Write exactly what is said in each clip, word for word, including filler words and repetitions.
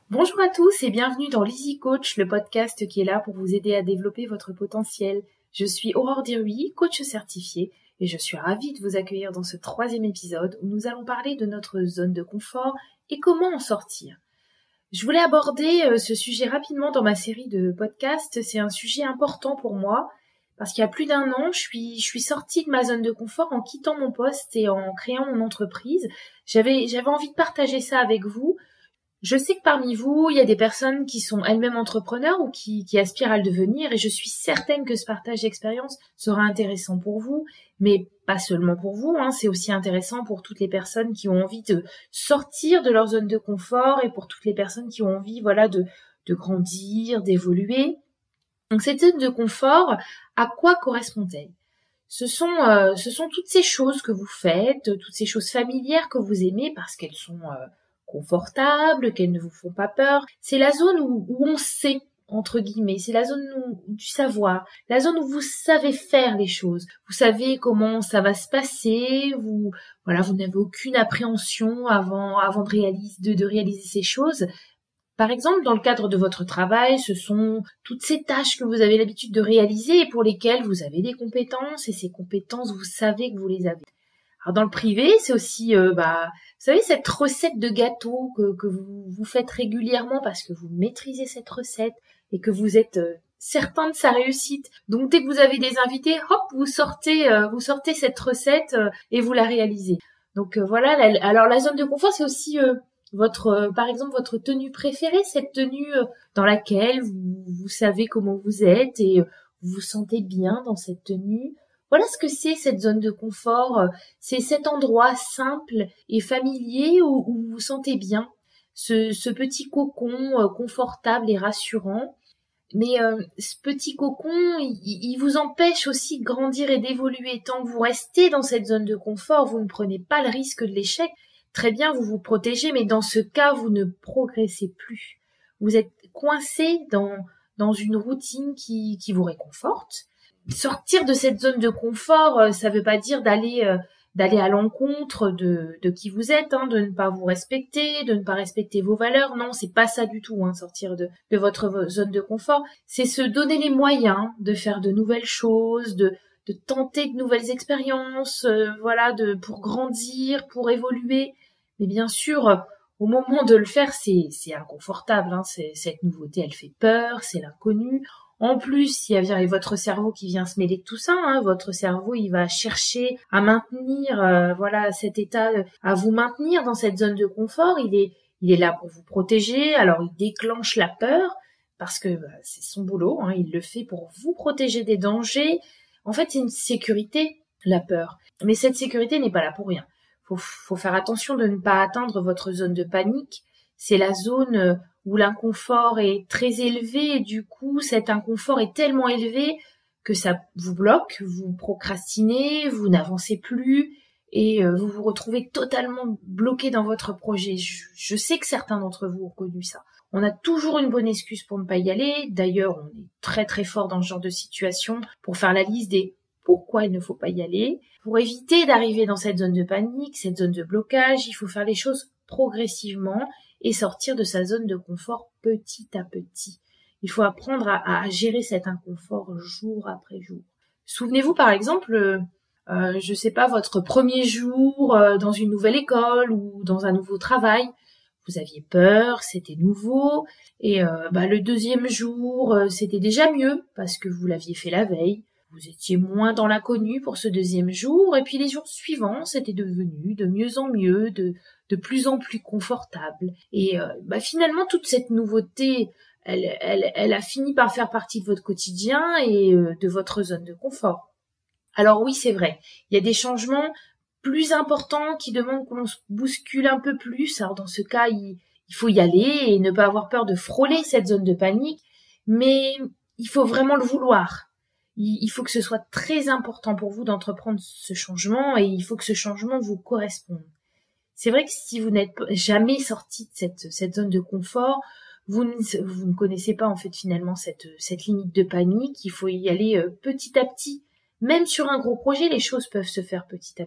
Bonjour à tous et bienvenue dans l'Easy Coach, le podcast qui est là pour vous aider à développer votre potentiel. Je suis Aurore Diruy, coach certifiée, et je suis ravie de vous accueillir dans ce troisième épisode où nous allons parler de notre zone de confort et comment en sortir. Je voulais aborder ce sujet rapidement dans ma série de podcasts. C'est un sujet important pour moi parce qu'il y a plus d'un an, je suis, je suis sortie de ma zone de confort en quittant mon poste et en créant mon entreprise. J'avais, j'avais envie de partager ça avec vous. Je sais que parmi vous, il y a des personnes qui sont elles-mêmes entrepreneurs ou qui, qui aspirent à le devenir et je suis certaine que ce partage d'expérience sera intéressant pour vous, mais pas seulement pour vous, hein, c'est aussi intéressant pour toutes les personnes qui ont envie de sortir de leur zone de confort et pour toutes les personnes qui ont envie, voilà, de, de grandir, d'évoluer. Donc cette zone de confort, à quoi correspond-elle ? Ce sont, euh, ce sont toutes ces choses que vous faites, toutes ces choses familières que vous aimez parce qu'elles sont euh, confortables, qu'elles ne vous font pas peur. C'est la zone où, où on sait, entre guillemets, c'est la zone où, du savoir, la zone où vous savez faire les choses. Vous savez comment ça va se passer, vous, voilà, vous n'avez aucune appréhension avant, avant de réaliser, de, de réaliser ces choses. Par exemple, dans le cadre de votre travail, ce sont toutes ces tâches que vous avez l'habitude de réaliser et pour lesquelles vous avez des compétences et ces compétences, vous savez que vous les avez. Alors dans le privé, c'est aussi, euh, bah, vous savez, cette recette de gâteau que, que vous, vous faites régulièrement parce que vous maîtrisez cette recette et que vous êtes euh, certain de sa réussite. Donc dès que vous avez des invités, hop, vous sortez, euh, vous sortez cette recette euh, et vous la réalisez. Donc euh, voilà. La, alors la zone de confort, c'est aussi euh, votre, euh, par exemple, votre tenue préférée, cette tenue euh, dans laquelle vous, vous savez comment vous êtes et euh, vous vous sentez bien dans cette tenue. Voilà ce que c'est cette zone de confort. C'est cet endroit simple et familier où, où vous vous sentez bien. Ce, ce petit cocon euh, confortable et rassurant. Mais euh, ce petit cocon, il, il vous empêche aussi de grandir et d'évoluer. Tant que vous restez dans cette zone de confort, vous ne prenez pas le risque de l'échec. Très bien, vous vous protégez, mais dans ce cas, vous ne progressez plus. Vous êtes coincé dans, dans une routine qui, qui vous réconforte. Sortir de cette zone de confort, ça veut pas dire d'aller euh, d'aller à l'encontre de, de qui vous êtes, hein, de ne pas vous respecter, de ne pas respecter vos valeurs. Non, c'est pas ça du tout, hein, sortir de, de votre zone de confort. C'est se donner les moyens de faire de nouvelles choses, de, de tenter de nouvelles expériences, euh, voilà, de pour grandir, pour évoluer. Mais bien sûr, au moment de le faire, c'est, c'est inconfortable, hein, c'est, cette nouveauté, elle fait peur, c'est l'inconnu. En plus, il y a votre cerveau qui vient se mêler de tout ça. Hein. Votre cerveau, il va chercher à maintenir, euh, voilà, cet état, à vous maintenir dans cette zone de confort. Il est, il est là pour vous protéger. Alors, il déclenche la peur parce que bah, c'est son boulot. Hein. Il le fait pour vous protéger des dangers. En fait, c'est une sécurité, la peur. Mais cette sécurité n'est pas là pour rien. Faut, faut faire attention de ne pas atteindre votre zone de panique. C'est la zone où l'inconfort est très élevé et du coup, cet inconfort est tellement élevé que ça vous bloque, vous procrastinez, vous n'avancez plus et vous vous retrouvez totalement bloqué dans votre projet. Je, je sais que certains d'entre vous ont connu ça. On a toujours une bonne excuse pour ne pas y aller. D'ailleurs, on est très très fort dans ce genre de situation pour faire la liste des pourquoi il ne faut pas y aller. Pour éviter d'arriver dans cette zone de panique, cette zone de blocage, il faut faire les choses progressivement et sortir de sa zone de confort petit à petit. Il faut apprendre à, à gérer cet inconfort jour après jour. Souvenez-vous par exemple, euh, je sais pas, votre premier jour euh, dans une nouvelle école ou dans un nouveau travail. Vous aviez peur, c'était nouveau, et euh, bah, le deuxième jour, euh, c'était déjà mieux parce que vous l'aviez fait la veille. Vous étiez moins dans l'inconnu pour ce deuxième jour, et puis les jours suivants, c'était devenu de mieux en mieux, de, de plus en plus confortable. Et euh, bah, finalement, toute cette nouveauté, elle, elle, elle a fini par faire partie de votre quotidien et euh, de votre zone de confort. Alors oui, c'est vrai, il y a des changements plus importants qui demandent qu'on se bouscule un peu plus. Alors dans ce cas, il, il faut y aller et ne pas avoir peur de frôler cette zone de panique, mais il faut vraiment le vouloir. Il faut que ce soit très important pour vous d'entreprendre ce changement et il faut que ce changement vous corresponde. C'est vrai que si vous n'êtes jamais sorti de cette, cette zone de confort, vous ne, vous ne connaissez pas en fait finalement cette, cette limite de panique. Il faut y aller petit à petit. Même sur un gros projet, les choses peuvent se faire petit à petit.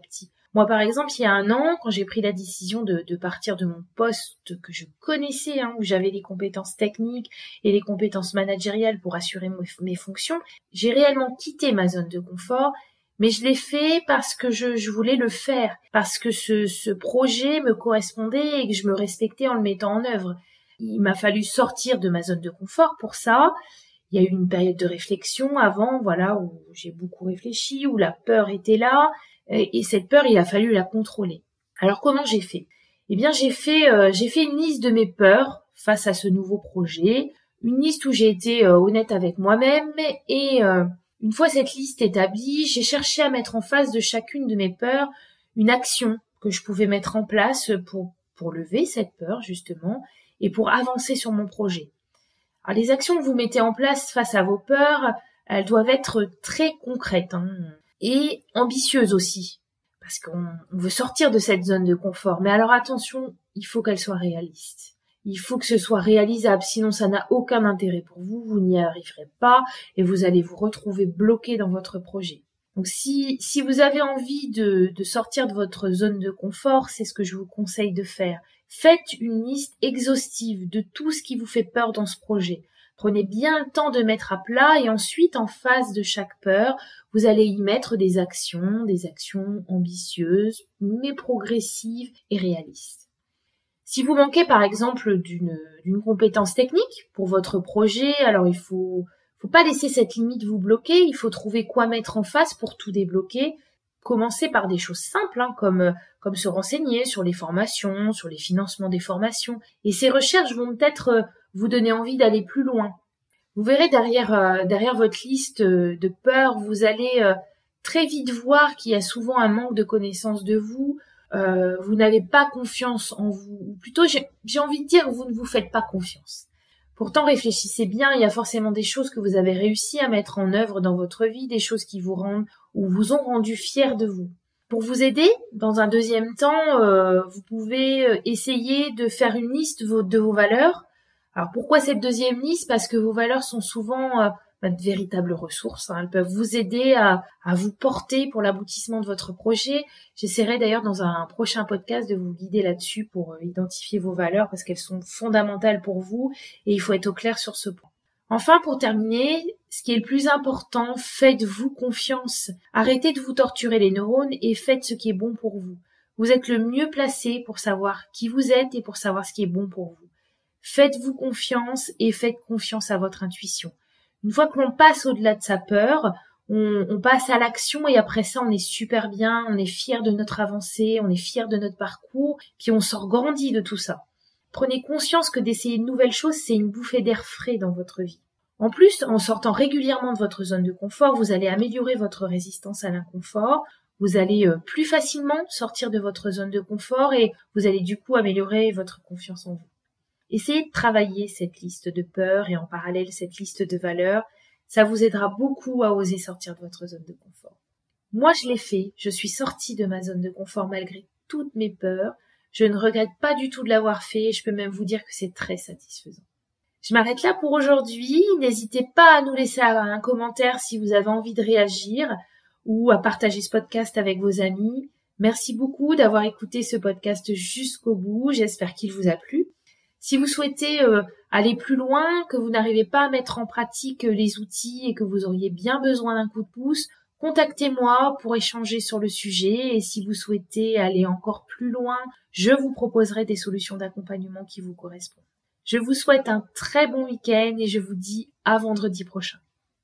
Moi, par exemple, il y a un an, quand j'ai pris la décision de, de partir de mon poste que je connaissais, hein, où j'avais les compétences techniques et les compétences managériales pour assurer mes, mes fonctions, j'ai réellement quitté ma zone de confort, mais je l'ai fait parce que je, je voulais le faire, parce que ce, ce projet me correspondait et que je me respectais en le mettant en œuvre. Il m'a fallu sortir de ma zone de confort pour ça. Il y a eu une période de réflexion avant, voilà, où j'ai beaucoup réfléchi, où la peur était là. Et cette peur, il a fallu la contrôler. Alors comment j'ai fait ? Eh bien, j'ai fait, euh, j'ai fait une liste de mes peurs face à ce nouveau projet, une liste où j'ai été euh, honnête avec moi-même. Et euh, une fois cette liste établie, j'ai cherché à mettre en face de chacune de mes peurs une action que je pouvais mettre en place pour pour lever cette peur justement et pour avancer sur mon projet. Alors les actions que vous mettez en place face à vos peurs, elles doivent être très concrètes, hein. Et ambitieuse aussi, parce qu'on on veut sortir de cette zone de confort. Mais alors attention, il faut qu'elle soit réaliste. Il faut que ce soit réalisable, sinon ça n'a aucun intérêt pour vous, vous n'y arriverez pas et vous allez vous retrouver bloqué dans votre projet. Donc si, si vous avez envie de, de sortir de votre zone de confort, c'est ce que je vous conseille de faire. Faites une liste exhaustive de tout ce qui vous fait peur dans ce projet. Prenez bien le temps de mettre à plat et ensuite, en face de chaque peur, vous allez y mettre des actions, des actions ambitieuses, mais progressives et réalistes. Si vous manquez par exemple d'une, d'une compétence technique pour votre projet, alors il faut, faut pas laisser cette limite vous bloquer, il faut trouver quoi mettre en face pour tout débloquer. Commencer par des choses simples, hein, comme, comme se renseigner sur les formations, sur les financements des formations. Et ces recherches vont peut-être vous donner envie d'aller plus loin. Vous verrez derrière, euh, derrière votre liste de peurs, vous allez euh, très vite voir qu'il y a souvent un manque de connaissance de vous, euh, vous n'avez pas confiance en vous, ou plutôt j'ai, j'ai envie de dire vous ne vous faites pas confiance. Pourtant réfléchissez bien, il y a forcément des choses que vous avez réussi à mettre en œuvre dans votre vie, des choses qui vous rendent ou vous ont rendu fiers de vous. Pour vous aider, dans un deuxième temps, euh, vous pouvez essayer de faire une liste de vos valeurs. Alors pourquoi cette deuxième liste ? Parce que vos valeurs sont souvent euh, de véritables ressources, hein. Elles peuvent vous aider à, à vous porter pour l'aboutissement de votre projet. J'essaierai d'ailleurs dans un prochain podcast de vous guider là-dessus pour euh, identifier vos valeurs parce qu'elles sont fondamentales pour vous et il faut être au clair sur ce point. Enfin, pour terminer, ce qui est le plus important, faites-vous confiance. Arrêtez de vous torturer les neurones et faites ce qui est bon pour vous. Vous êtes le mieux placé pour savoir qui vous êtes et pour savoir ce qui est bon pour vous. Faites-vous confiance et faites confiance à votre intuition. Une fois que l'on passe au-delà de sa peur, on, on passe à l'action et après ça, on est super bien, on est fier de notre avancée, on est fier de notre parcours, puis on sort grandi de tout ça. Prenez conscience que d'essayer de nouvelles choses, c'est une bouffée d'air frais dans votre vie. En plus, en sortant régulièrement de votre zone de confort, vous allez améliorer votre résistance à l'inconfort, vous allez plus facilement sortir de votre zone de confort et vous allez du coup améliorer votre confiance en vous. Essayez de travailler cette liste de peurs et en parallèle cette liste de valeurs. Ça vous aidera beaucoup à oser sortir de votre zone de confort. Moi, je l'ai fait. Je suis sortie de ma zone de confort malgré toutes mes peurs. Je ne regrette pas du tout de l'avoir fait et je peux même vous dire que c'est très satisfaisant. Je m'arrête là pour aujourd'hui. N'hésitez pas à nous laisser un commentaire si vous avez envie de réagir ou à partager ce podcast avec vos amis. Merci beaucoup d'avoir écouté ce podcast jusqu'au bout. J'espère qu'il vous a plu. Si vous souhaitez euh, aller plus loin, que vous n'arrivez pas à mettre en pratique euh, les outils et que vous auriez bien besoin d'un coup de pouce, contactez-moi pour échanger sur le sujet. Et si vous souhaitez aller encore plus loin, je vous proposerai des solutions d'accompagnement qui vous correspondent. Je vous souhaite un très bon week-end et je vous dis à vendredi prochain.